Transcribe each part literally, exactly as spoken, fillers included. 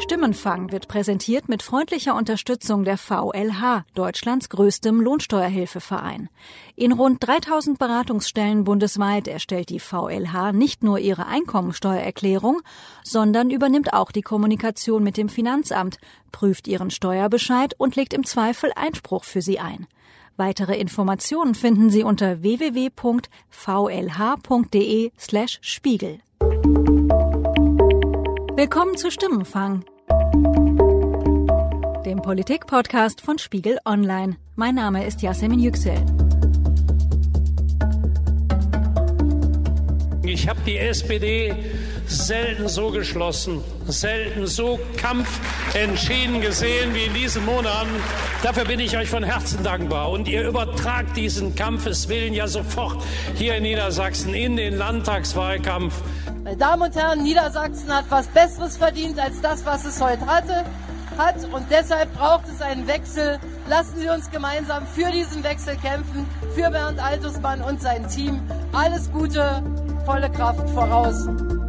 Stimmenfang wird präsentiert mit freundlicher Unterstützung der V L H, Deutschlands größtem Lohnsteuerhilfeverein. In rund dreitausend Beratungsstellen bundesweit erstellt die V L H nicht nur ihre Einkommensteuererklärung, sondern übernimmt auch die Kommunikation mit dem Finanzamt, prüft ihren Steuerbescheid und legt im Zweifel Einspruch für Sie ein. Weitere Informationen finden Sie unter w w w punkt v l h punkt d e slash Spiegel. Willkommen zu Stimmenfang, dem Politik-Podcast von Spiegel Online. Mein Name ist Yasemin Yüksel. Ich habe die S P D selten so geschlossen, selten so kampfentschieden gesehen wie in diesen Monaten. Dafür bin ich euch von Herzen dankbar. Und ihr übertragt diesen Kampfeswillen ja sofort hier in Niedersachsen in den Landtagswahlkampf. Meine Damen und Herren, Niedersachsen hat was Besseres verdient als das, was es heute hatte, hat. Und deshalb braucht es einen Wechsel. Lassen Sie uns gemeinsam für diesen Wechsel kämpfen, für Bernd Altusmann und sein Team. Alles Gute, volle Kraft voraus.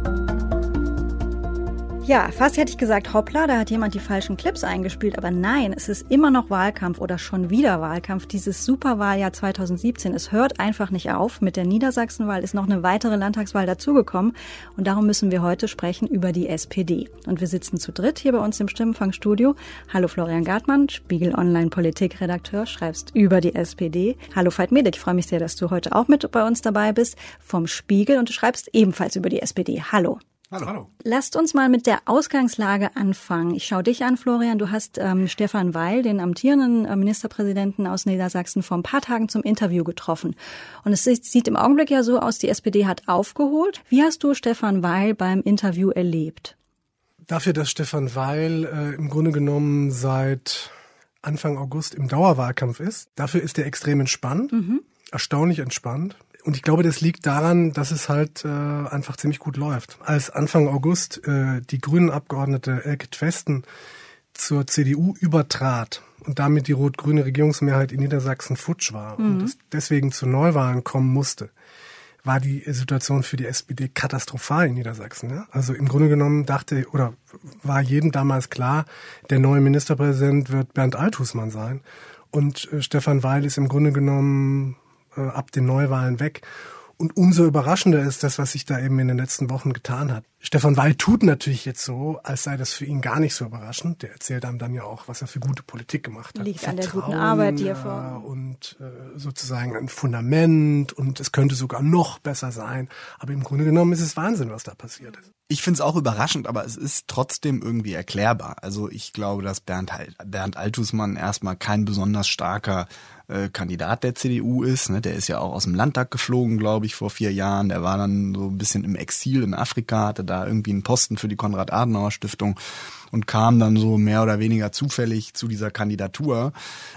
Ja, fast hätte ich gesagt, hoppla, da hat jemand die falschen Clips eingespielt. Aber nein, es ist immer noch Wahlkampf oder schon wieder Wahlkampf. Dieses Superwahljahr zweitausendsiebzehn, es hört einfach nicht auf. Mit der Niedersachsenwahl ist noch eine weitere Landtagswahl dazugekommen. Und darum müssen wir heute sprechen über die S P D. Und wir sitzen zu dritt hier bei uns im Stimmenfangstudio. Hallo Florian Gartmann, Spiegel Online Politikredakteur, schreibst über die S P D. Hallo Veit Medig, ich freue mich sehr, dass du heute auch mit bei uns dabei bist vom Spiegel. Und du schreibst ebenfalls über die S P D. Hallo. Hallo, hallo. Lasst uns mal mit der Ausgangslage anfangen. Ich schaue dich an, Florian. Du hast ähm, Stefan Weil, den amtierenden äh, Ministerpräsidenten aus Niedersachsen, vor ein paar Tagen zum Interview getroffen. Und es sieht im Augenblick ja so aus, die S P D hat aufgeholt. Wie hast du Stefan Weil beim Interview erlebt? Dafür, dass Stefan Weil äh, im Grunde genommen seit Anfang August im Dauerwahlkampf ist, dafür ist er extrem entspannt, mhm. erstaunlich entspannt. Und ich glaube, das liegt daran, dass es halt äh, einfach ziemlich gut läuft. Als Anfang August äh, die Grünen-Abgeordnete Elke Twesten zur C D U übertrat und damit die rot-grüne Regierungsmehrheit in Niedersachsen futsch war mhm. und es deswegen zu Neuwahlen kommen musste, war die Situation für die S P D katastrophal in Niedersachsen. Ja? Also im Grunde genommen dachte oder war jedem damals klar, der neue Ministerpräsident wird Bernd Altusmann sein. Und äh, Stefan Weil ist im Grunde genommen ab den Neuwahlen weg. Und umso überraschender ist das, was sich da eben in den letzten Wochen getan hat. Stefan Weil tut natürlich jetzt so, als sei das für ihn gar nicht so überraschend. Der erzählt einem dann ja auch, was er für gute Politik gemacht hat. Liegt an der guten Arbeit, die er vor. Und äh, sozusagen ein Fundament und es könnte sogar noch besser sein. Aber im Grunde genommen ist es Wahnsinn, was da passiert ist. Ich finde es auch überraschend, aber es ist trotzdem irgendwie erklärbar. Also ich glaube, dass Bernd, Bernd Altusmann erstmal kein besonders starker äh, Kandidat der C D U ist. Ne? Der ist ja auch aus dem Landtag geflogen, glaube ich, vor vier Jahren. Der war dann so ein bisschen im Exil in Afrika, hatte da irgendwie einen Posten für die Konrad-Adenauer-Stiftung und kam dann so mehr oder weniger zufällig zu dieser Kandidatur.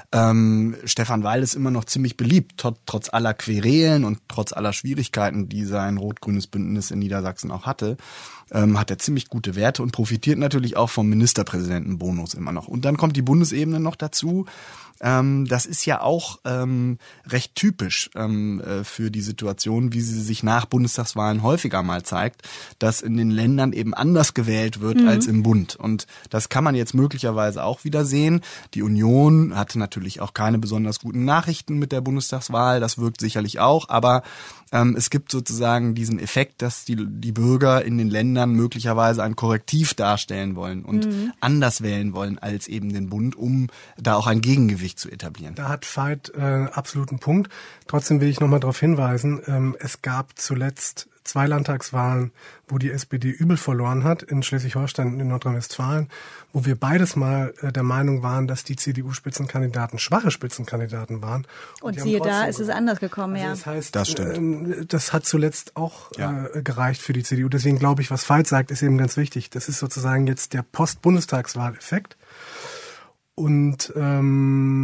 Ähm, Stefan Weil ist immer noch ziemlich beliebt, tot, trotz aller Querelen und trotz aller Schwierigkeiten, die sein rot-grünes Bündnis in Niedersachsen auch hatte, ähm, hat er ziemlich gute Werte und profitiert natürlich auch vom Ministerpräsidentenbonus immer noch. Und dann kommt die Bundesebene noch dazu. Ähm, das ist ja auch ähm, recht typisch ähm, äh, für die Situation, wie sie sich nach Bundestagswahlen häufiger mal zeigt, dass in den Ländern eben anders gewählt wird mhm. als im Bund. Und das kann man jetzt möglicherweise auch wieder sehen. Die Union hatte natürlich auch keine besonders guten Nachrichten mit der Bundestagswahl, das wirkt sicherlich auch, aber ähm, es gibt sozusagen diesen Effekt, dass die, die Bürger in den Ländern möglicherweise ein Korrektiv darstellen wollen und mhm. anders wählen wollen als eben den Bund, um da auch ein Gegengewicht zu etablieren. Da hat Veit äh, absoluten Punkt. Trotzdem will ich nochmal darauf hinweisen, ähm, es gab zuletzt zwei Landtagswahlen, wo die S P D übel verloren hat, in Schleswig-Holstein und in Nordrhein-Westfalen, wo wir beides mal äh, der Meinung waren, dass die C D U-Spitzenkandidaten schwache Spitzenkandidaten waren. Und, und siehe da, ist es anders gekommen, also ja. Das heißt, das stimmt. Äh, das hat zuletzt auch ja. äh, gereicht für die C D U. Deswegen glaube ich, was Veit sagt, ist eben ganz wichtig. Das ist sozusagen jetzt der Post-Bundestagswahleffekt. Und ähm,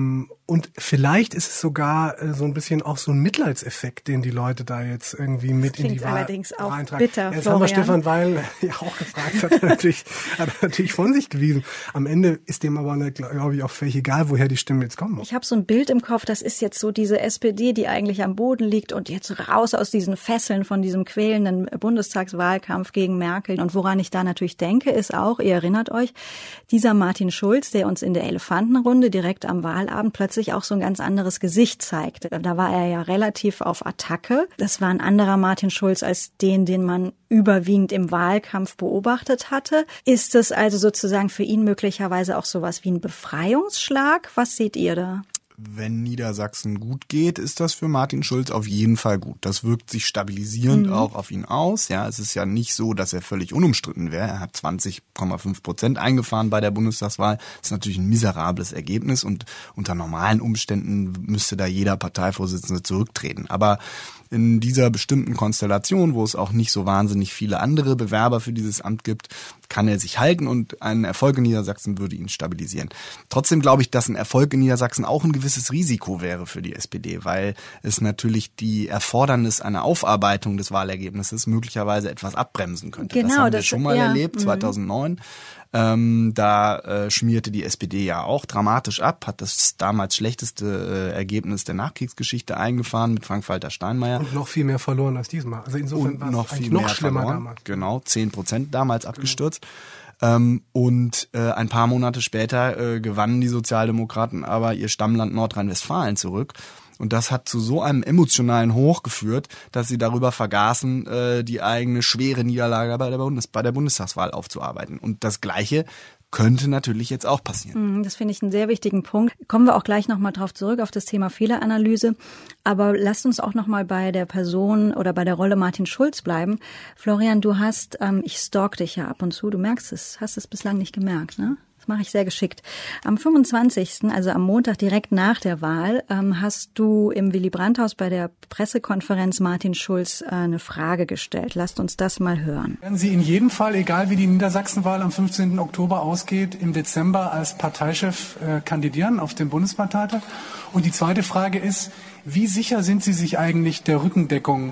Und vielleicht ist es sogar äh, so ein bisschen auch so ein Mitleidseffekt, den die Leute da jetzt irgendwie mit das in die Wahl allerdings auch reintragen. bitter, Jetzt Florian. haben wir Stefan Weil ja auch gefragt, hat er natürlich, hat er natürlich von sich gewiesen. Am Ende ist dem aber, glaube ich, auch völlig egal, woher die Stimmen jetzt kommen. Ich habe so ein Bild im Kopf, das ist jetzt so diese S P D, die eigentlich am Boden liegt und jetzt raus aus diesen Fesseln von diesem quälenden Bundestagswahlkampf gegen Merkel. Und woran ich da natürlich denke, ist auch, ihr erinnert euch, dieser Martin Schulz, der uns in der Elefantenrunde direkt am Wahlabend plötzlich auch so ein ganz anderes Gesicht zeigt. Da war er ja relativ auf Attacke. Das war ein anderer Martin Schulz als den, den man überwiegend im Wahlkampf beobachtet hatte. Ist es also sozusagen für ihn möglicherweise auch sowas wie ein Befreiungsschlag? Was seht ihr da? Wenn Niedersachsen gut geht, ist das für Martin Schulz auf jeden Fall gut. Das wirkt sich stabilisierend mhm. auch auf ihn aus. Ja, es ist ja nicht so, dass er völlig unumstritten wäre. Er hat zwanzig Komma fünf Prozent eingefahren bei der Bundestagswahl. Das ist natürlich ein miserables Ergebnis und unter normalen Umständen müsste da jeder Parteivorsitzende zurücktreten. Aber in dieser bestimmten Konstellation, wo es auch nicht so wahnsinnig viele andere Bewerber für dieses Amt gibt, kann er sich halten und ein Erfolg in Niedersachsen würde ihn stabilisieren. Trotzdem glaube ich, dass ein Erfolg in Niedersachsen auch ein gewisses Risiko wäre für die S P D, weil es natürlich die Erfordernis einer Aufarbeitung des Wahlergebnisses möglicherweise etwas abbremsen könnte. Genau, das haben wir das, schon mal ja. erlebt, zweitausendneun. Ähm, da äh, schmierte die S P D ja auch dramatisch ab, hat das damals schlechteste äh, Ergebnis der Nachkriegsgeschichte eingefahren mit Frank-Walter Steinmeier. Und noch viel mehr verloren als diesmal. Also insofern war es noch eigentlich viel noch mehr schlimmer verloren. damals. Genau, zehn Prozent damals abgestürzt. Ähm, und äh, ein paar Monate später äh, gewannen die Sozialdemokraten aber ihr Stammland Nordrhein-Westfalen zurück. Und das hat zu so einem emotionalen Hoch geführt, dass sie darüber vergaßen, äh, die eigene schwere Niederlage bei der, Bundes- bei der Bundestagswahl aufzuarbeiten. Und das Gleiche könnte natürlich jetzt auch passieren. Das finde ich einen sehr wichtigen Punkt. Kommen wir auch gleich nochmal drauf zurück, auf das Thema Fehleranalyse. Aber lasst uns auch nochmal bei der Person oder bei der Rolle Martin Schulz bleiben. Florian, du hast, ähm, ich stalk dich ja ab und zu, du merkst es, hast es bislang nicht gemerkt, ne? Das mache ich sehr geschickt. Am fünfundzwanzigsten, also am Montag direkt nach der Wahl, ähm, hast du im Willy-Brandt-Haus bei der Pressekonferenz Martin Schulz äh, eine Frage gestellt. Lasst uns das mal hören. Werden Sie in jedem Fall, egal wie die Niedersachsenwahl am fünfzehnten Oktober ausgeht, im Dezember als Parteichef äh, kandidieren auf dem Bundesparteitag? Und die zweite Frage ist, wie sicher sind Sie sich eigentlich der Rückendeckung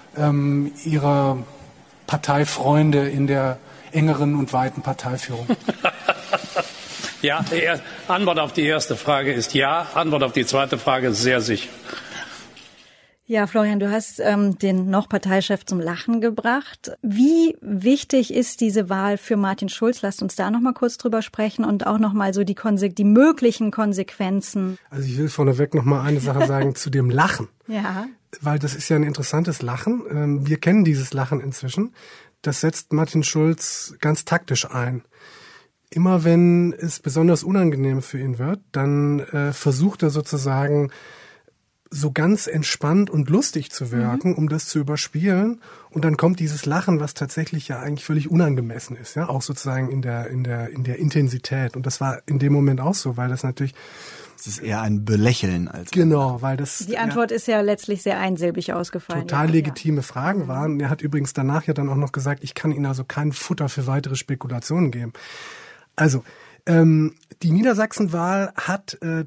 ähm, Ihrer Parteifreunde in der engeren und weiten Parteiführung? Ja, die Antwort auf die erste Frage ist ja. Antwort auf die zweite Frage ist sehr sicher. Ja, Florian, du hast ähm, den noch Parteichef zum Lachen gebracht. Wie wichtig ist diese Wahl für Martin Schulz? Lasst uns da noch mal kurz drüber sprechen und auch noch mal so die, Konse- die möglichen Konsequenzen. Also ich will vorneweg noch mal eine Sache sagen zu dem Lachen. Ja. Weil das ist ja ein interessantes Lachen. Wir kennen dieses Lachen inzwischen. Das setzt Martin Schulz ganz taktisch ein. Immer wenn es besonders unangenehm für ihn wird, dann äh, versucht er sozusagen so ganz entspannt und lustig zu wirken, mhm. um das zu überspielen. Und dann kommt dieses Lachen, was tatsächlich ja eigentlich völlig unangemessen ist, ja, auch sozusagen in der in der in der Intensität. Und das war in dem Moment auch so, weil das natürlich es ist eher ein Belächeln als genau, weil das die Antwort ja, ist ja letztlich sehr einsilbig ausgefallen. Total ja, legitime ja. Fragen waren. Er hat übrigens danach ja dann auch noch gesagt, ich kann Ihnen also kein Futter für weitere Spekulationen geben. Also, ähm, die Niedersachsenwahl hat äh,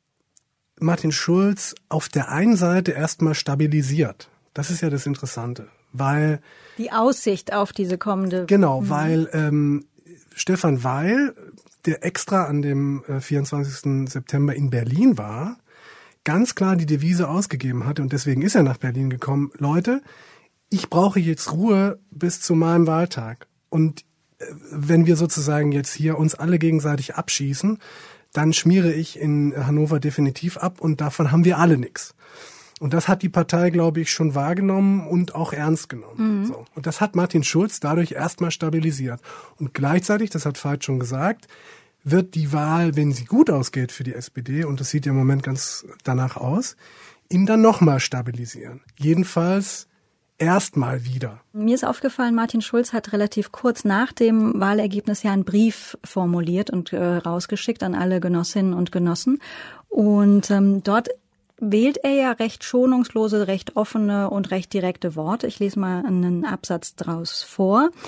Martin Schulz auf der einen Seite erstmal stabilisiert. Das ist ja das Interessante, weil die Aussicht auf diese kommende genau, mhm. weil ähm, Stefan Weil, der extra an dem äh, vierundzwanzigsten September in Berlin war, ganz klar die Devise ausgegeben hatte und deswegen ist er nach Berlin gekommen. Leute, ich brauche jetzt Ruhe bis zu meinem Wahltag und wenn wir sozusagen jetzt hier uns alle gegenseitig abschießen, dann schmiere ich in Hannover definitiv ab und davon haben wir alle nichts. Und das hat die Partei, glaube ich, schon wahrgenommen und auch ernst genommen. Mhm. So. Und das hat Martin Schulz dadurch erstmal stabilisiert. Und gleichzeitig, das hat Veit schon gesagt, wird die Wahl, wenn sie gut ausgeht für die S P D, und das sieht ja im Moment ganz danach aus, ihn dann nochmal stabilisieren. Jedenfalls erstmal wieder. Mir ist aufgefallen, Martin Schulz hat relativ kurz nach dem Wahlergebnis ja einen Brief formuliert und äh, rausgeschickt an alle Genossinnen und Genossen. Und ähm, dort wählt er ja recht schonungslose, recht offene und recht direkte Worte. Ich lese mal einen Absatz draus vor.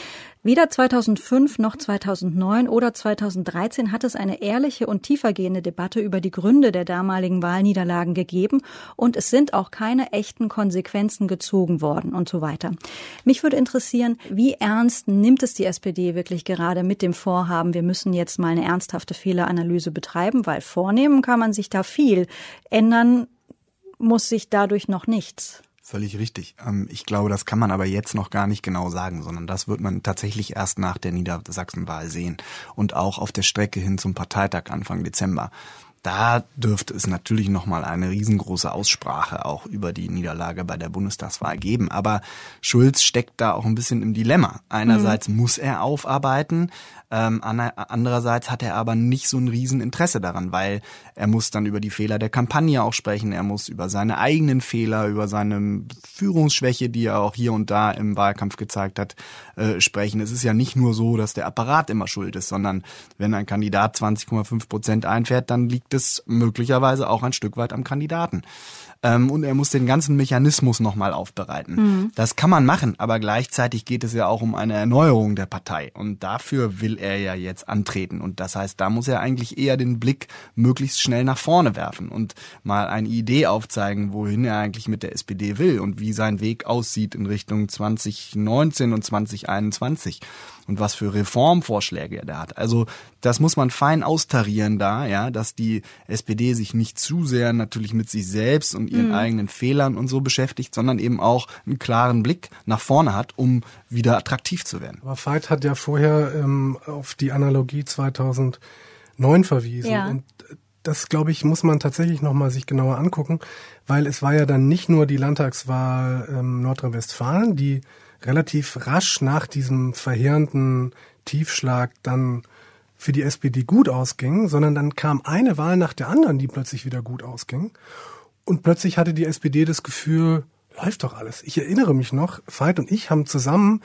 Weder zweitausendfünf noch zweitausendneun oder zweitausenddreizehn hat es eine ehrliche und tiefergehende Debatte über die Gründe der damaligen Wahlniederlagen gegeben und es sind auch keine echten Konsequenzen gezogen worden und so weiter. Mich würde interessieren, wie ernst nimmt es die S P D wirklich gerade mit dem Vorhaben, wir müssen jetzt mal eine ernsthafte Fehleranalyse betreiben, weil vornehmen kann man sich da viel, ändern muss sich dadurch noch nichts. Völlig richtig. Ich glaube, das kann man aber jetzt noch gar nicht genau sagen, sondern das wird man tatsächlich erst nach der Niedersachsenwahl sehen und auch auf der Strecke hin zum Parteitag Anfang Dezember. Da dürfte es natürlich nochmal eine riesengroße Aussprache auch über die Niederlage bei der Bundestagswahl geben. Aber Schulz steckt da auch ein bisschen im Dilemma. Einerseits mhm. muss er aufarbeiten, ähm, andererseits hat er aber nicht so ein Rieseninteresse daran, weil er muss dann über die Fehler der Kampagne auch sprechen, er muss über seine eigenen Fehler, über seine Führungsschwäche, die er auch hier und da im Wahlkampf gezeigt hat, äh, sprechen. Es ist ja nicht nur so, dass der Apparat immer schuld ist, sondern wenn ein Kandidat zwanzig Komma fünf Prozent einfährt, dann liegt es möglicherweise auch ein Stück weit am Kandidaten. Ähm, und er muss den ganzen Mechanismus nochmal aufbereiten. Mhm. Das kann man machen, aber gleichzeitig geht es ja auch um eine Erneuerung der Partei. Und dafür will er ja jetzt antreten. Und das heißt, da muss er eigentlich eher den Blick möglichst schnell nach vorne werfen und mal eine Idee aufzeigen, wohin er eigentlich mit der S P D will und wie sein Weg aussieht in Richtung zwanzig neunzehn und zwanzig einundzwanzig. Und was für Reformvorschläge er da hat. Also das muss man fein austarieren da, ja, dass die S P D sich nicht zu sehr natürlich mit sich selbst und ihren mhm. eigenen Fehlern und so beschäftigt, sondern eben auch einen klaren Blick nach vorne hat, um wieder attraktiv zu werden. Aber Veit hat ja vorher ähm, auf die Analogie zweitausendneun verwiesen. Ja. Und das, glaube ich, muss man tatsächlich nochmal sich genauer angucken, weil es war ja dann nicht nur die Landtagswahl ähm, Nordrhein-Westfalen, die relativ rasch nach diesem verheerenden Tiefschlag dann für die S P D gut ausging, sondern dann kam eine Wahl nach der anderen, die plötzlich wieder gut ausging. Und plötzlich hatte die S P D das Gefühl, läuft doch alles. Ich erinnere mich noch, Veit und ich haben zusammen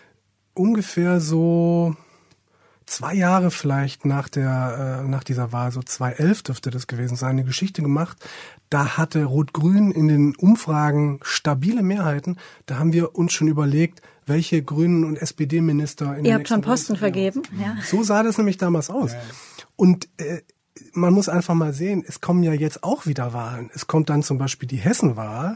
ungefähr so zwei Jahre vielleicht nach der äh, nach dieser Wahl, so zweitausendelf dürfte das gewesen sein, eine Geschichte gemacht. Da hatte Rot-Grün in den Umfragen stabile Mehrheiten. Da haben wir uns schon überlegt, welche Grünen und S P D-Minister in Ihr habt schon Posten vergeben. Ja. So sah das nämlich damals aus. Ja. Und äh, man muss einfach mal sehen, es kommen ja jetzt auch wieder Wahlen. Es kommt dann zum Beispiel die Hessenwahl.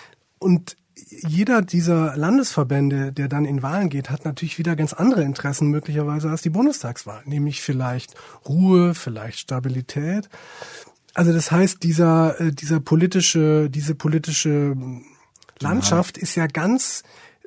Und jeder dieser Landesverbände, der dann in Wahlen geht, hat natürlich wieder ganz andere Interessen möglicherweise als die Bundestagswahl. Nämlich vielleicht Ruhe, vielleicht Stabilität. Also das heißt, dieser, äh, dieser politische, diese politische Landschaft ja. ist ja ganz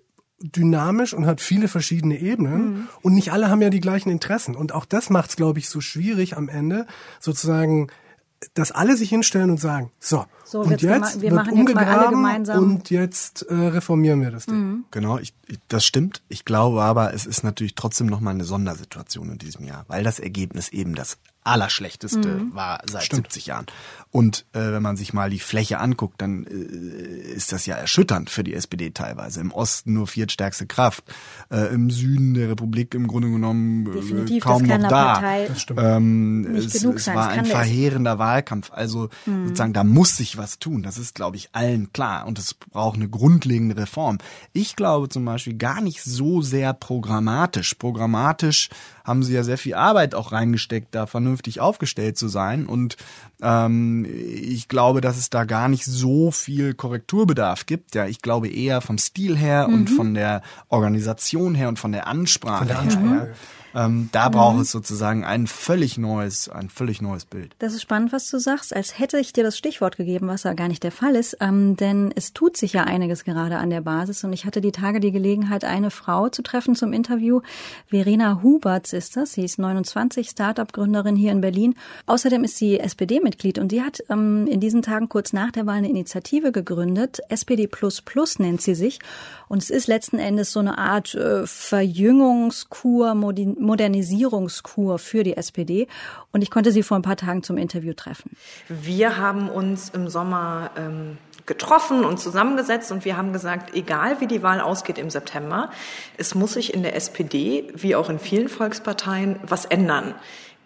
dynamisch und hat viele verschiedene Ebenen mhm. und nicht alle haben ja die gleichen Interessen. Und auch das macht es, glaube ich, so schwierig am Ende, sozusagen, dass alle sich hinstellen und sagen, so, so und jetzt wir wird umgegraben und jetzt äh, reformieren wir das Ding. Mhm. Genau, ich, das stimmt. Ich glaube aber, es ist natürlich trotzdem nochmal eine Sondersituation in diesem Jahr, weil das Ergebnis eben das Allerschlechteste mhm. war seit Stimmt. siebzig Jahren. Und äh, wenn man sich mal die Fläche anguckt, dann äh, ist das ja erschütternd für die S P D teilweise. Im Osten nur viertstärkste Kraft, äh, im Süden der Republik im Grunde genommen äh, kaum noch da. Partei das stimmt. Ähm, nicht es, genug es sein. war ein verheerender Wahlkampf. Also mhm. sozusagen, da muss sich was tun. Das ist, glaube ich, allen klar. Und es braucht eine grundlegende Reform. Ich glaube zum Beispiel gar nicht so sehr programmatisch. Programmatisch haben sie ja sehr viel Arbeit auch reingesteckt, da vernünftig aufgestellt zu sein. Und ähm, ich glaube, dass es da gar nicht so viel Korrekturbedarf gibt. Ja, ich glaube eher vom Stil her mhm. und von der Organisation her und von der Ansprache, von der Ansprache. her. Ähm, da mhm. braucht es sozusagen ein völlig neues, ein völlig neues Bild. Das ist spannend, was du sagst, als hätte ich dir das Stichwort gegeben, was ja gar nicht der Fall ist, ähm, denn es tut sich ja einiges gerade an der Basis und ich hatte die Tage die Gelegenheit, eine Frau zu treffen zum Interview. Verena Huberts ist das, sie ist neunundzwanzig, Start-up-Gründerin hier in Berlin. Außerdem ist sie S P D-Mitglied und die hat ähm, in diesen Tagen kurz nach der Wahl eine Initiative gegründet, S P D plus plus nennt sie sich und es ist letzten Endes so eine Art äh, Verjüngungskur, Modi- Modernisierungskur für die S P D und ich konnte sie vor ein paar Tagen zum Interview treffen. Wir haben uns im Sommer ähm, getroffen und zusammengesetzt und wir haben gesagt, egal wie die Wahl ausgeht im September, es muss sich in der S P D, wie auch in vielen Volksparteien, was ändern.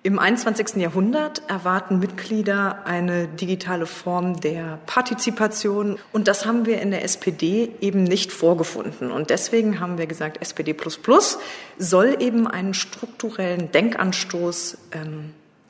Im einundzwanzigsten Jahrhundert erwarten Mitglieder eine digitale Form der Partizipation. Und das haben wir in der S P D eben nicht vorgefunden. Und deswegen haben wir gesagt, S P D plus plus soll eben einen strukturellen Denkanstoß ähm,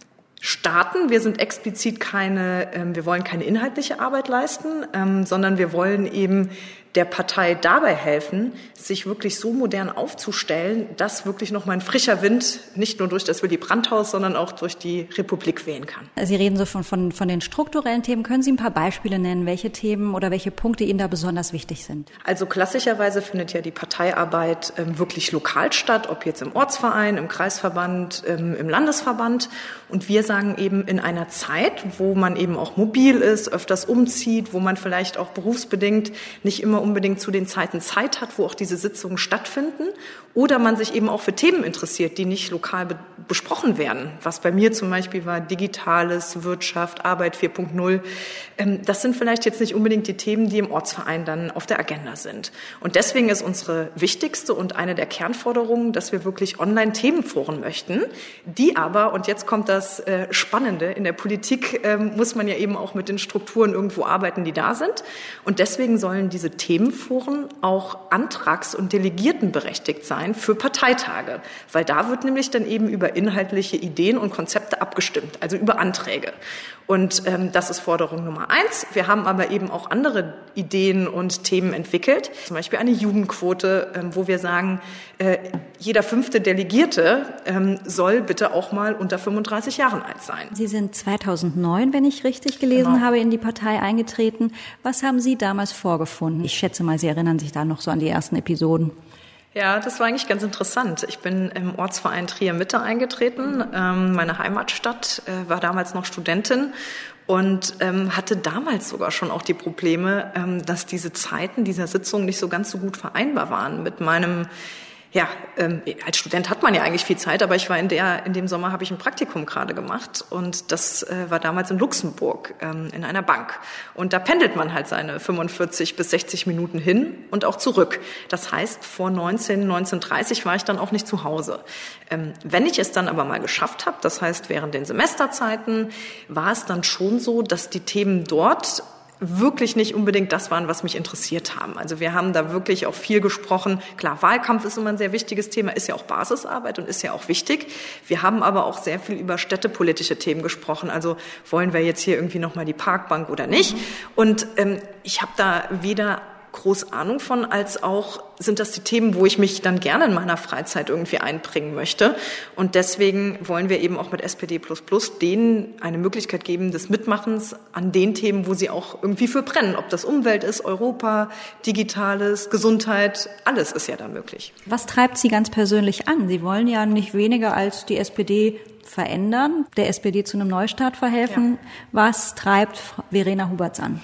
starten. Wir sind explizit keine, ähm, wir wollen keine inhaltliche Arbeit leisten, ähm, sondern wir wollen eben der Partei dabei helfen, sich wirklich so modern aufzustellen, dass wirklich noch mal ein frischer Wind nicht nur durch das Willy Brandt-Haus, sondern auch durch die Republik wehen kann. Sie reden so von, von, von den strukturellen Themen. Können Sie ein paar Beispiele nennen, welche Themen oder welche Punkte Ihnen da besonders wichtig sind? Also klassischerweise findet ja die Parteiarbeit ähm, wirklich lokal statt, ob jetzt im Ortsverein, im Kreisverband, ähm, im Landesverband. Und wir sagen eben in einer Zeit, wo man eben auch mobil ist, öfters umzieht, wo man vielleicht auch berufsbedingt nicht immer unbedingt zu den Zeiten Zeit hat, wo auch diese Sitzungen stattfinden, oder man sich eben auch für Themen interessiert, die nicht lokal be- besprochen werden. Was bei mir zum Beispiel war Digitales, Wirtschaft, Arbeit vier Punkt null. Ähm, das sind vielleicht jetzt nicht unbedingt die Themen, die im Ortsverein dann auf der Agenda sind. Und deswegen ist unsere wichtigste und eine der Kernforderungen, dass wir wirklich Online-Themenforen möchten, die aber, und jetzt kommt das äh, Spannende, in der Politik ähm, muss man ja eben auch mit den Strukturen irgendwo arbeiten, die da sind. Und deswegen sollen diese Themenforen auch antrags- und delegiertenberechtigt sein für Parteitage, weil da wird nämlich dann eben über inhaltliche Ideen und Konzepte abgestimmt, also über Anträge. Und ähm, das ist Forderung Nummer eins. Wir haben aber eben auch andere Ideen und Themen entwickelt, zum Beispiel eine Jugendquote, ähm, wo wir sagen, äh, jeder fünfte Delegierte ähm, soll bitte auch mal unter fünfunddreißig Jahren alt sein. Sie sind zweitausendneun, wenn ich richtig gelesen genau. habe, in die Partei eingetreten. Was haben Sie damals vorgefunden? Ich schätze mal, Sie erinnern sich da noch so an die ersten Episoden. Ja, das war eigentlich ganz interessant. Ich bin im Ortsverein Trier-Mitte eingetreten. Ähm, meine Heimatstadt, äh, war damals noch Studentin und ähm, hatte damals sogar schon auch die Probleme, ähm, dass diese Zeiten dieser Sitzung nicht so ganz so gut vereinbar waren mit meinem Ja, ähm, als Student hat man ja eigentlich viel Zeit, aber ich war in der, in dem Sommer habe ich ein Praktikum gerade gemacht und das äh, war damals in Luxemburg, ähm, in einer Bank. Und da pendelt man halt seine fünfundvierzig bis sechzig Minuten hin und auch zurück. Das heißt, vor neunzehn, neunzehn Uhr dreißig war ich dann auch nicht zu Hause. Ähm, wenn ich es dann aber mal geschafft habe, das heißt während den Semesterzeiten, war es dann schon so, dass die Themen dort wirklich nicht unbedingt das waren, was mich interessiert haben. Also wir haben da wirklich auch viel gesprochen. Klar, Wahlkampf ist immer ein sehr wichtiges Thema, ist ja auch Basisarbeit und ist ja auch wichtig. Wir haben aber auch sehr viel über städtepolitische Themen gesprochen. Also wollen wir jetzt hier irgendwie nochmal die Parkbank oder nicht? Und ähm, ich habe da weder groß Ahnung von, als auch sind das die Themen, wo ich mich dann gerne in meiner Freizeit irgendwie einbringen möchte. Und deswegen wollen wir eben auch mit S P D plus plus denen eine Möglichkeit geben des Mitmachens an den Themen, wo sie auch irgendwie für brennen. Ob das Umwelt ist, Europa, Digitales, Gesundheit, alles ist ja da möglich. Was treibt Sie ganz persönlich an? Sie wollen ja nicht weniger als die S P D verändern, der S P D zu einem Neustart verhelfen. Ja. Was treibt Verena Huberts an?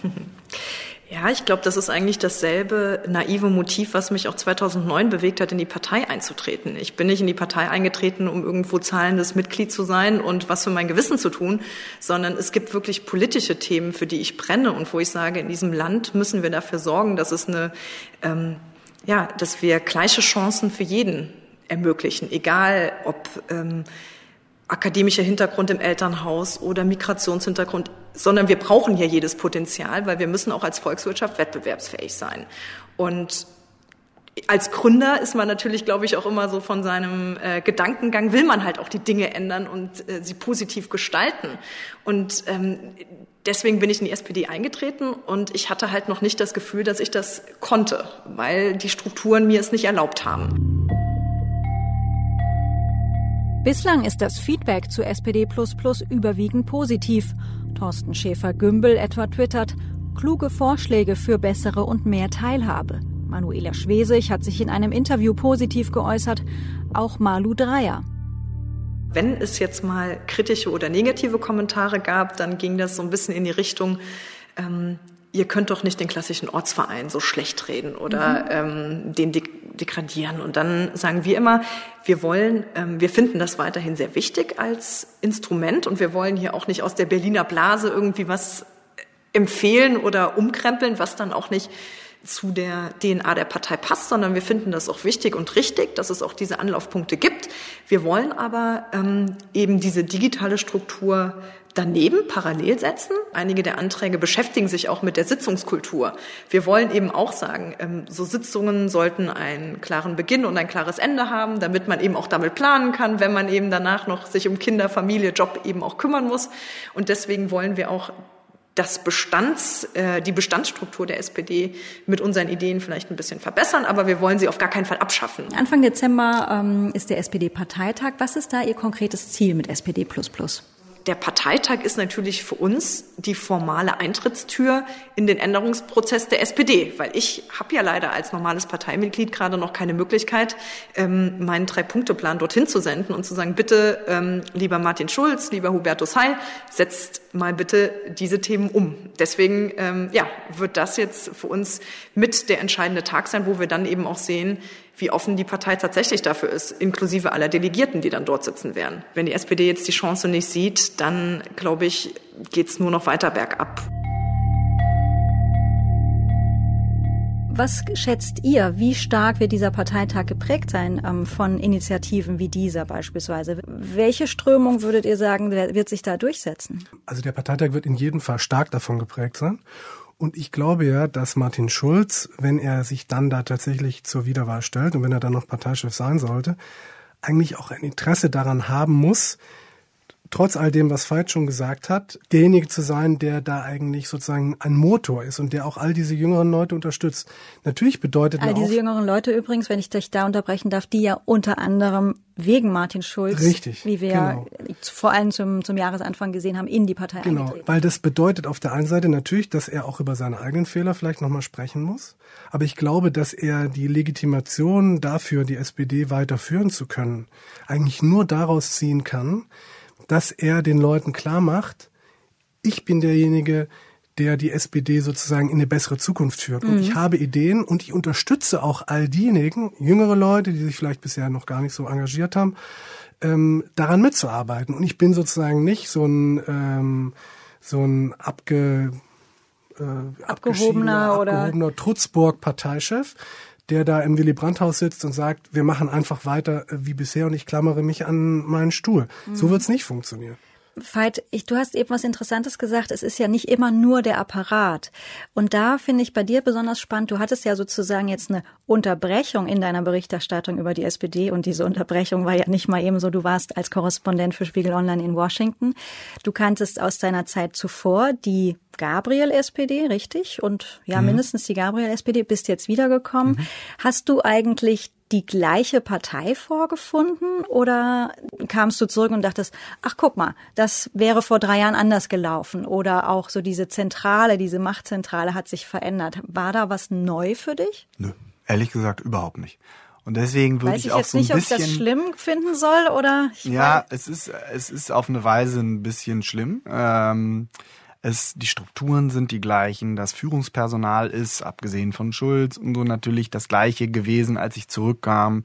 Ja, ich glaube, das ist eigentlich dasselbe naive Motiv, was mich auch zweitausendneun bewegt hat, in die Partei einzutreten. Ich bin nicht in die Partei eingetreten, um irgendwo zahlendes Mitglied zu sein und was für mein Gewissen zu tun, sondern es gibt wirklich politische Themen, für die ich brenne und wo ich sage, in diesem Land müssen wir dafür sorgen, dass es eine, ähm, ja, dass wir gleiche Chancen für jeden ermöglichen, egal ob ähm, akademischer Hintergrund im Elternhaus oder Migrationshintergrund, sondern wir brauchen ja jedes Potenzial, weil wir müssen auch als Volkswirtschaft wettbewerbsfähig sein. Und als Gründer ist man natürlich, glaube ich, auch immer so von seinem äh, Gedankengang, will man halt auch die Dinge ändern und äh, sie positiv gestalten. Und ähm, deswegen bin ich in die S P D eingetreten und ich hatte halt noch nicht das Gefühl, dass ich das konnte, weil die Strukturen mir es nicht erlaubt haben. Bislang ist das Feedback zu S P D plus plus überwiegend positiv. Thorsten Schäfer-Gümbel etwa twittert, kluge Vorschläge für bessere und mehr Teilhabe. Manuela Schwesig hat sich in einem Interview positiv geäußert, auch Malu Dreyer. Wenn es jetzt mal kritische oder negative Kommentare gab, dann ging das so ein bisschen in die Richtung, ähm, ihr könnt doch nicht den klassischen Ortsverein so schlecht reden oder mhm. ähm, den de- degradieren. Und dann sagen wir immer, wir wollen, ähm, wir finden das weiterhin sehr wichtig als Instrument und wir wollen hier auch nicht aus der Berliner Blase irgendwie was empfehlen oder umkrempeln, was dann auch nicht zu der D N A der Partei passt, sondern wir finden das auch wichtig und richtig, dass es auch diese Anlaufpunkte gibt. Wir wollen aber ähm, eben diese digitale Struktur daneben parallel setzen. Einige der Anträge beschäftigen sich auch mit der Sitzungskultur. Wir wollen eben auch sagen, ähm, so Sitzungen sollten einen klaren Beginn und ein klares Ende haben, damit man eben auch damit planen kann, wenn man eben danach noch sich um Kinder, Familie, Job eben auch kümmern muss. Und deswegen wollen wir auch das Bestands, äh, die Bestandsstruktur der S P D mit unseren Ideen vielleicht ein bisschen verbessern, aber wir wollen sie auf gar keinen Fall abschaffen. Anfang Dezember ähm, ist der S P D-Parteitag. Was ist da Ihr konkretes Ziel mit S P D plus plus? Der Parteitag ist natürlich für uns die formale Eintrittstür in den Änderungsprozess der S P D, weil ich habe ja leider als normales Parteimitglied gerade noch keine Möglichkeit, ähm, meinen Drei-Punkte-Plan dorthin zu senden und zu sagen, bitte, ähm, lieber Martin Schulz, lieber Hubertus Heil, setzt mal bitte diese Themen um. Deswegen ähm, ja, wird das jetzt für uns mit der entscheidende Tag sein, wo wir dann eben auch sehen, wie offen die Partei tatsächlich dafür ist, inklusive aller Delegierten, die dann dort sitzen werden. Wenn die S P D jetzt die Chance nicht sieht, dann, glaube ich, geht's nur noch weiter bergab. Was schätzt ihr, wie stark wird dieser Parteitag geprägt sein ähm, von Initiativen wie dieser beispielsweise? Welche Strömung, würdet ihr sagen, wird sich da durchsetzen? Also der Parteitag wird in jedem Fall stark davon geprägt sein. Und ich glaube ja, dass Martin Schulz, wenn er sich dann da tatsächlich zur Wiederwahl stellt und wenn er dann noch Parteichef sein sollte, eigentlich auch ein Interesse daran haben muss, trotz all dem, was Veit schon gesagt hat, derjenige zu sein, der da eigentlich sozusagen ein Motor ist und der auch all diese jüngeren Leute unterstützt. Natürlich bedeutet all mir diese auch, jüngeren Leute übrigens, wenn ich dich da unterbrechen darf, die ja unter anderem wegen Martin Schulz, richtig, wie wir genau. vor allem zum, zum Jahresanfang gesehen haben, in die Partei genau, eingetreten. Weil das bedeutet auf der einen Seite natürlich, dass er auch über seine eigenen Fehler vielleicht nochmal sprechen muss. Aber ich glaube, dass er die Legitimation dafür, die S P D weiterführen zu können, eigentlich nur daraus ziehen kann, dass er den Leuten klar macht, ich bin derjenige, der die S P D sozusagen in eine bessere Zukunft führt. Und mhm. ich habe Ideen und ich unterstütze auch all diejenigen, jüngere Leute, die sich vielleicht bisher noch gar nicht so engagiert haben, ähm, daran mitzuarbeiten. Und ich bin sozusagen nicht so ein, ähm, so ein abge, äh, abgehobener oder abgehobener Trutzburg-Parteichef, der da im Willy-Brandt-Haus sitzt und sagt, wir machen einfach weiter wie bisher und ich klammere mich an meinen Stuhl. Mhm. So wird's nicht funktionieren. Veit, ich, du hast eben was Interessantes gesagt. Es ist ja nicht immer nur der Apparat. Und da finde ich bei dir besonders spannend, du hattest ja sozusagen jetzt eine Unterbrechung in deiner Berichterstattung über die S P D. Und diese Unterbrechung war ja nicht mal eben so, du warst als Korrespondent für Spiegel Online in Washington. Du kanntest aus deiner Zeit zuvor die Gabriel-S P D, richtig? Und ja, mhm. mindestens die Gabriel-S P D, bist jetzt wiedergekommen. Mhm. Hast du eigentlich die gleiche Partei vorgefunden oder kamst du zurück und dachtest, ach guck mal, das wäre vor drei Jahren anders gelaufen oder auch so diese Zentrale, diese Machtzentrale hat sich verändert. War da was neu für dich? Nö, ehrlich gesagt überhaupt nicht. Und deswegen würde Weiß ich, ich auch jetzt so ein nicht, bisschen... ob ich das schlimm finden soll oder... Ich ja, es ist, es ist auf eine Weise ein bisschen schlimm. Ähm, Es, die Strukturen sind die gleichen, das Führungspersonal ist, abgesehen von Schulz und so, natürlich das gleiche gewesen, als ich zurückkam.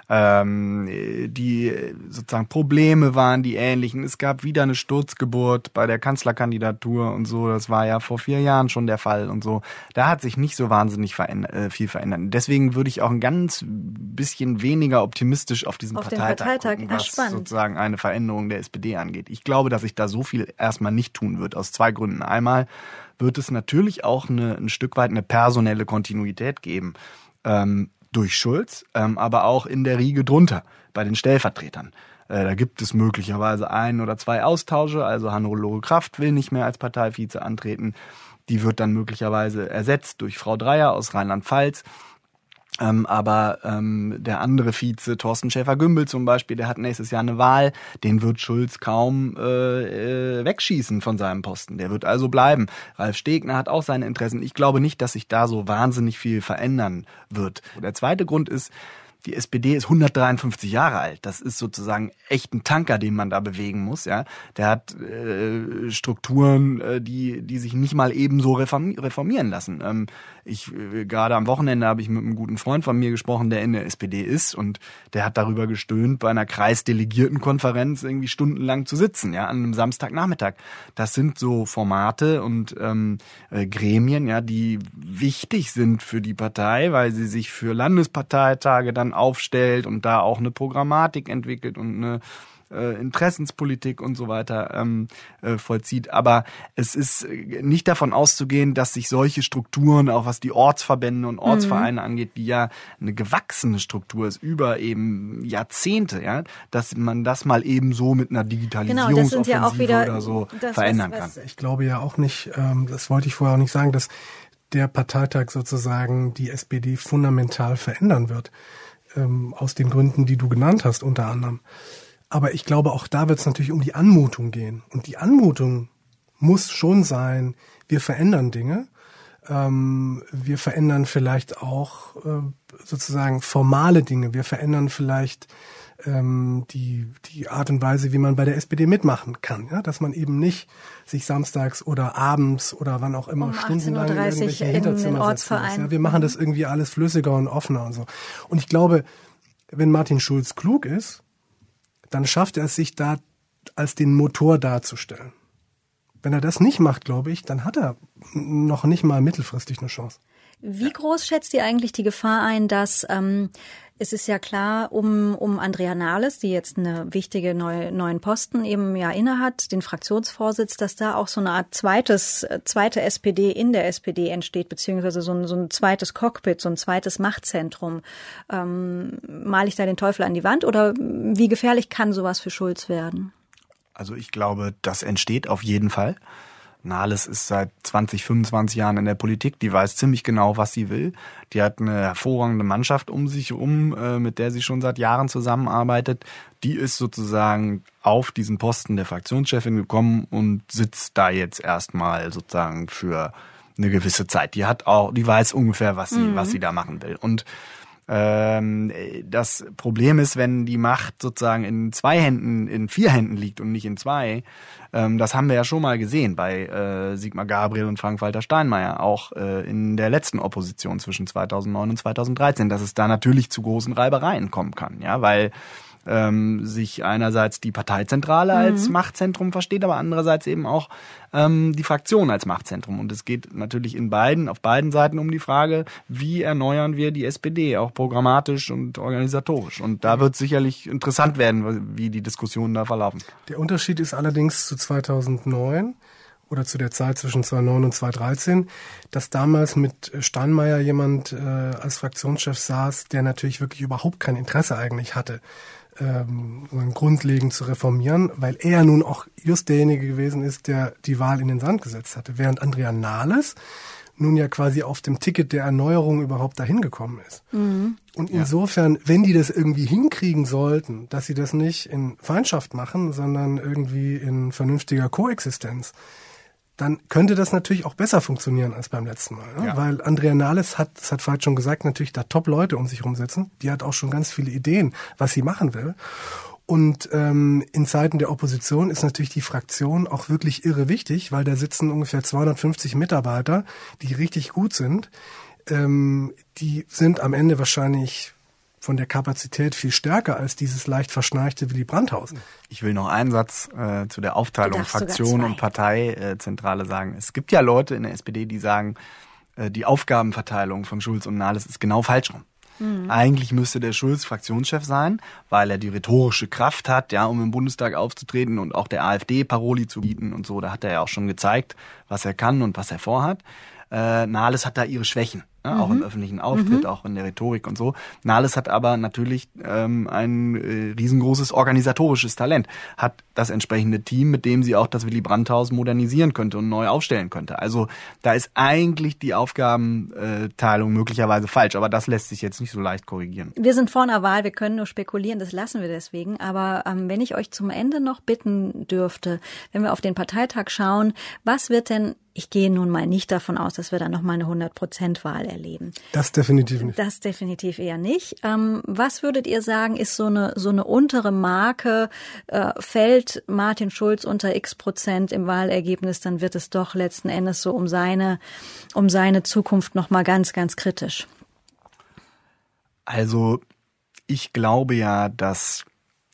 Ähm, die sozusagen Probleme waren die ähnlichen. Es gab wieder eine Sturzgeburt bei der Kanzlerkandidatur und so. Das war ja vor vier Jahren schon der Fall und so. Da hat sich nicht so wahnsinnig verändert, äh, viel verändert. Deswegen würde ich auch ein ganz bisschen weniger optimistisch auf diesen auf Parteitag, Parteitag gucken, Ach, was spannend. sozusagen eine Veränderung der S P D angeht. Ich glaube, dass sich da so viel erstmal nicht tun wird, aus zwei Gründen. Einmal wird es natürlich auch eine, ein Stück weit eine personelle Kontinuität geben, ähm, durch Schulz, ähm, aber auch in der Riege drunter, bei den Stellvertretern. Äh, da gibt es möglicherweise ein oder zwei Austausche, also Hannelore Kraft will nicht mehr als Parteivize antreten. Die wird dann möglicherweise ersetzt durch Frau Dreyer aus Rheinland-Pfalz. Ähm, aber ähm, der andere Vize, Thorsten Schäfer-Gümbel zum Beispiel, der hat nächstes Jahr eine Wahl, den wird Schulz kaum äh, äh, wegschießen von seinem Posten. Der wird also bleiben. Ralf Stegner hat auch seine Interessen. Ich glaube nicht, dass sich da so wahnsinnig viel verändern wird. Der zweite Grund ist, Die S P D ist hundertdreiundfünfzig Jahre alt. Das ist sozusagen echt ein Tanker, den man da bewegen muss. Ja, der hat äh, Strukturen, äh, die die sich nicht mal ebenso reformieren lassen. Ähm, ich äh, gerade am Wochenende habe ich mit einem guten Freund von mir gesprochen, der in der S P D ist, und der hat darüber gestöhnt, bei einer Kreisdelegiertenkonferenz irgendwie stundenlang zu sitzen, ja, an einem Samstagnachmittag. Das sind so Formate und ähm, äh, Gremien, ja, die wichtig sind für die Partei, weil sie sich für Landesparteitage dann aufstellt und da auch eine Programmatik entwickelt und eine äh, Interessenspolitik und so weiter ähm, äh, vollzieht. Aber es ist nicht davon auszugehen, dass sich solche Strukturen, auch was die Ortsverbände und Ortsvereine mhm. angeht, die ja eine gewachsene Struktur ist über eben Jahrzehnte, ja, dass man das mal eben so mit einer Digitalisierungsoffensive genau, ja wieder, oder so das, verändern was, was kann. Ich glaube ja auch nicht, ähm, das wollte ich vorher auch nicht sagen, dass der Parteitag sozusagen die S P D fundamental verändern wird. Ähm, aus den Gründen, die du genannt hast, unter anderem. Aber ich glaube, auch da wird es natürlich um die Anmutung gehen. Und die Anmutung muss schon sein, wir verändern Dinge. Ähm, wir verändern vielleicht auch äh, sozusagen formale Dinge. Wir verändern vielleicht ähm, die die Art und Weise, wie man bei der S P D mitmachen kann. Ja? Dass man eben nicht sich samstags oder abends oder wann auch immer um stundenlang in irgendwelche Hinterzimmer setzen muss. Ja? Wir machen das irgendwie alles flüssiger und offener und so. Und ich glaube, wenn Martin Schulz klug ist, dann schafft er es, sich da als den Motor darzustellen. Wenn er das nicht macht, glaube ich, dann hat er noch nicht mal mittelfristig eine Chance. Wie groß schätzt ihr eigentlich die Gefahr ein, dass ähm, es ist ja klar, um um Andrea Nahles, die jetzt eine wichtige neue, neuen Posten eben ja innehat, den Fraktionsvorsitz, dass da auch so eine Art zweites zweite S P D in der S P D entsteht, beziehungsweise so ein, so ein zweites Cockpit, so ein zweites Machtzentrum. Ähm, male ich da den Teufel an die Wand oder wie gefährlich kann sowas für Schulz werden? Also ich glaube, das entsteht auf jeden Fall. Nahles ist seit zwanzig, fünfundzwanzig Jahren in der Politik, die weiß ziemlich genau, was sie will. Die hat eine hervorragende Mannschaft um sich herum, mit der sie schon seit Jahren zusammenarbeitet. Die ist sozusagen auf diesen Posten der Fraktionschefin gekommen und sitzt da jetzt erstmal sozusagen für eine gewisse Zeit. Die hat auch, die weiß ungefähr, was sie, mhm. was sie da machen will. Und Ähm, das Problem ist, wenn die Macht sozusagen in zwei Händen, in vier Händen liegt und nicht in zwei, ähm, das haben wir ja schon mal gesehen bei äh, Sigmar Gabriel und Frank-Walter Steinmeier, auch äh, in der letzten Opposition zwischen zweitausendneun und zweitausenddreizehn, dass es da natürlich zu großen Reibereien kommen kann, ja, weil ähm, sich einerseits die Parteizentrale mhm. als Machtzentrum versteht, aber andererseits eben auch ähm, die Fraktion als Machtzentrum. Und es geht natürlich in beiden, auf beiden Seiten um die Frage, wie erneuern wir die S P D, auch programmatisch und organisatorisch. Und da wird sicherlich interessant werden, wie die Diskussionen da verlaufen. Der Unterschied ist allerdings zu zweitausendneun oder zu der Zeit zwischen zweitausendneun und zweitausenddreizehn, dass damals mit Steinmeier jemand äh, als Fraktionschef saß, der natürlich wirklich überhaupt kein Interesse eigentlich hatte, ähm, grundlegend zu reformieren, weil er nun auch just derjenige gewesen ist, der die Wahl in den Sand gesetzt hatte, während Andrea Nahles nun ja quasi auf dem Ticket der Erneuerung überhaupt dahin gekommen ist. Mhm. Und insofern, wenn die das irgendwie hinkriegen sollten, dass sie das nicht in Feindschaft machen, sondern irgendwie in vernünftiger Koexistenz, dann könnte das natürlich auch besser funktionieren als beim letzten Mal. Ne? Ja. Weil Andrea Nahles hat, das hat Veit schon gesagt, natürlich da Top-Leute um sich rumsitzen. Die hat auch schon ganz viele Ideen, was sie machen will. Und ähm, in Zeiten der Opposition ist natürlich die Fraktion auch wirklich irre wichtig, weil da sitzen ungefähr zweihundertfünfzig Mitarbeiter, die richtig gut sind. Ähm, die sind am Ende wahrscheinlich von der Kapazität viel stärker als dieses leicht verschnarchte Willy Brandt-Haus. Ich will noch einen Satz äh, zu der Aufteilung Fraktion und Parteizentrale äh, sagen. Es gibt ja Leute in der S P D, die sagen, äh, die Aufgabenverteilung von Schulz und Nahles ist genau falsch rum. Mhm. Eigentlich müsste der Schulz Fraktionschef sein, weil er die rhetorische Kraft hat, ja, um im Bundestag aufzutreten und auch der AfD Paroli zu bieten und so. Da hat er ja auch schon gezeigt, was er kann und was er vorhat. Äh, Nahles hat da ihre Schwächen, ja, mhm. auch im öffentlichen Auftritt, mhm. auch in der Rhetorik und so. Nahles hat aber natürlich ähm, ein äh, riesengroßes organisatorisches Talent, hat das entsprechende Team, mit dem sie auch das Willy Brandt-Haus modernisieren könnte und neu aufstellen könnte. Also da ist eigentlich die Aufgabenteilung möglicherweise falsch, aber das lässt sich jetzt nicht so leicht korrigieren. Wir sind vor einer Wahl, wir können nur spekulieren, das lassen wir deswegen. Aber ähm, wenn ich euch zum Ende noch bitten dürfte, wenn wir auf den Parteitag schauen, was wird denn, ich gehe nun mal nicht davon aus, dass wir da nochmal eine hundert Prozent Wahl erleben. Das definitiv nicht. Das definitiv eher nicht. Ähm, was würdet ihr sagen, ist so eine so eine untere Marke, äh, fällt Martin Schulz unter X Prozent im Wahlergebnis, dann wird es doch letzten Endes so um seine um seine Zukunft noch mal ganz ganz kritisch. Also ich glaube ja, dass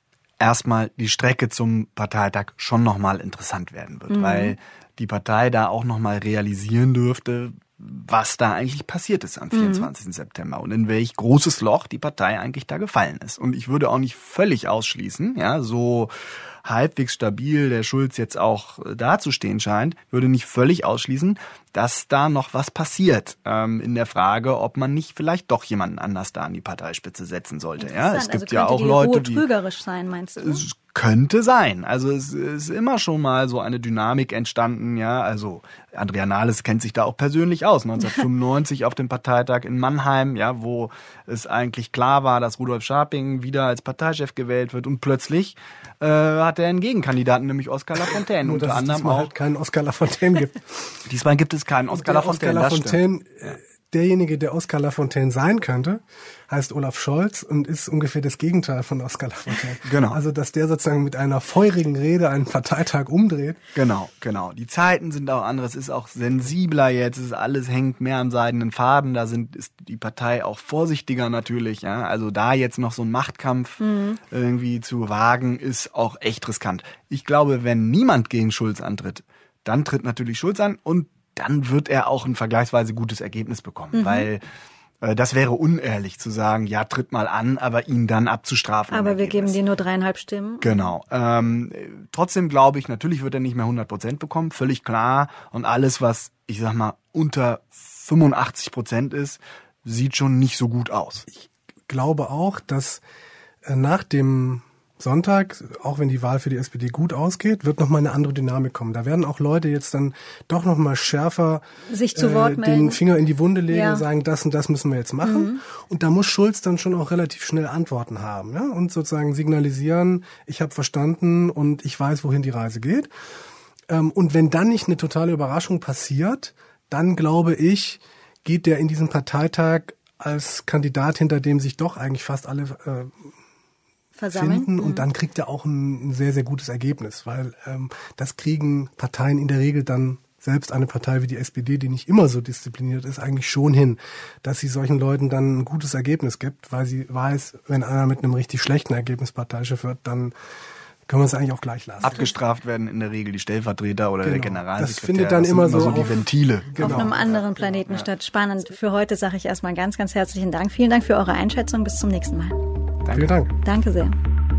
erstmal die Strecke zum Parteitag schon nochmal interessant werden wird, mhm. weil die Partei da auch nochmal realisieren dürfte, was da eigentlich passiert ist am vierundzwanzigsten Mhm. September und in welch großes Loch die Partei eigentlich da gefallen ist. Und ich würde auch nicht völlig ausschließen, ja, so halbwegs stabil der Schulz jetzt auch dazustehen scheint, würde nicht völlig ausschließen, dass da noch was passiert ähm, in der Frage, ob man nicht vielleicht doch jemanden anders da an die Parteispitze setzen sollte. Ja, es gibt also ja auch die Leute, Ruhe die trügerisch sein, meinst du? Es könnte sein. Also es ist immer schon mal so eine Dynamik entstanden, ja. Also Andrea Nahles kennt sich da auch persönlich aus. neunzehnhundertfünfundneunzig auf dem Parteitag in Mannheim, ja, wo es eigentlich klar war, dass Rudolf Scharping wieder als Parteichef gewählt wird und plötzlich äh, hat er einen Gegenkandidaten, nämlich Oskar Lafontaine. Nur, unter dass anderem es diesmal auch halt keinen Oskar Lafontaine gibt. Diesmal gibt es keinen Oskar Lafontaine. Oskar Lafontaine, derjenige, der Oskar Lafontaine sein könnte, heißt Olaf Scholz und ist ungefähr das Gegenteil von Oskar Lafontaine. Genau. Also, dass der sozusagen mit einer feurigen Rede einen Parteitag umdreht. Genau, genau. Die Zeiten sind auch andere. Es ist auch sensibler jetzt. Es ist alles hängt mehr am seidenen Faden. Da sind, ist die Partei auch vorsichtiger natürlich. Ja, also da jetzt noch so einen Machtkampf mhm. irgendwie zu wagen, ist auch echt riskant. Ich glaube, wenn niemand gegen Schulz antritt, dann tritt natürlich Schulz an und dann wird er auch ein vergleichsweise gutes Ergebnis bekommen, mhm. weil äh, das wäre unehrlich zu sagen, ja, tritt mal an, aber ihn dann abzustrafen. Aber wir geben dir nur dreieinhalb Stimmen. Genau. Ähm, trotzdem glaube ich, natürlich wird er nicht mehr hundert Prozent bekommen, völlig klar. Und alles, was, ich sag mal, unter fünfundachtzig Prozent ist, sieht schon nicht so gut aus. Ich glaube auch, dass äh, nach dem Sonntag, auch wenn die Wahl für die S P D gut ausgeht, wird nochmal eine andere Dynamik kommen. Da werden auch Leute jetzt dann doch nochmal schärfer sich zu Wort äh, melden. den Finger in die Wunde legen ja. und sagen, das und das müssen wir jetzt machen. Mhm. Und da muss Schulz dann schon auch relativ schnell Antworten haben, ja? Und sozusagen signalisieren, ich habe verstanden und ich weiß, wohin die Reise geht. Ähm, und wenn dann nicht eine totale Überraschung passiert, dann glaube ich, geht der in diesen Parteitag als Kandidat, hinter dem sich doch eigentlich fast alle äh, Versammeln. finden und dann kriegt er auch ein, ein sehr, sehr gutes Ergebnis, weil ähm, das kriegen Parteien in der Regel dann, selbst eine Partei wie die S P D, die nicht immer so diszipliniert ist, eigentlich schon hin, dass sie solchen Leuten dann ein gutes Ergebnis gibt, weil sie weiß, wenn einer mit einem richtig schlechten Ergebnis Parteichef wird, dann können wir es eigentlich auch gleich lassen. Abgestraft werden in der Regel die Stellvertreter oder genau. der Generalsekretär. Das findet dann das immer, immer so, so die Ventile. Genau. Auf einem anderen Planeten ja. statt. Spannend. Für heute sage ich erstmal ganz, ganz herzlichen Dank. Vielen Dank für eure Einschätzung. Bis zum nächsten Mal. Danke. Vielen Dank. Danke sehr.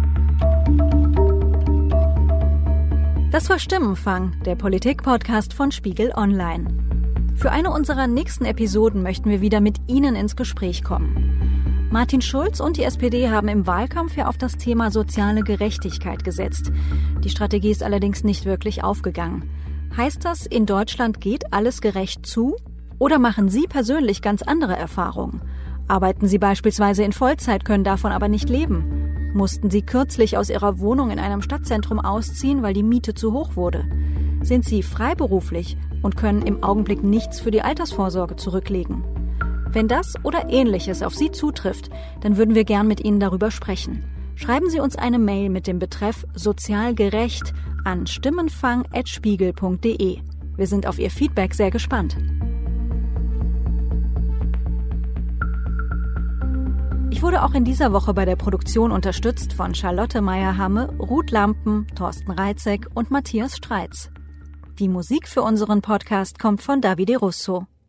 Das war Stimmenfang, der Politik-Podcast von Spiegel Online. Für eine unserer nächsten Episoden möchten wir wieder mit Ihnen ins Gespräch kommen. Martin Schulz und die S P D haben im Wahlkampf ja auf das Thema soziale Gerechtigkeit gesetzt. Die Strategie ist allerdings nicht wirklich aufgegangen. Heißt das, in Deutschland geht alles gerecht zu? Oder machen Sie persönlich ganz andere Erfahrungen? Arbeiten Sie beispielsweise in Vollzeit, können davon aber nicht leben? Mussten Sie kürzlich aus Ihrer Wohnung in einem Stadtzentrum ausziehen, weil die Miete zu hoch wurde? Sind Sie freiberuflich und können im Augenblick nichts für die Altersvorsorge zurücklegen? Wenn das oder Ähnliches auf Sie zutrifft, dann würden wir gern mit Ihnen darüber sprechen. Schreiben Sie uns eine Mail mit dem Betreff Sozial gerecht an stimmenfang at spiegel punkt de. Wir sind auf Ihr Feedback sehr gespannt. Ich wurde auch in dieser Woche bei der Produktion unterstützt von Charlotte Meyer-Hamme, Ruth Lampen, Thorsten Reitzek und Matthias Streitz. Die Musik für unseren Podcast kommt von Davide Russo.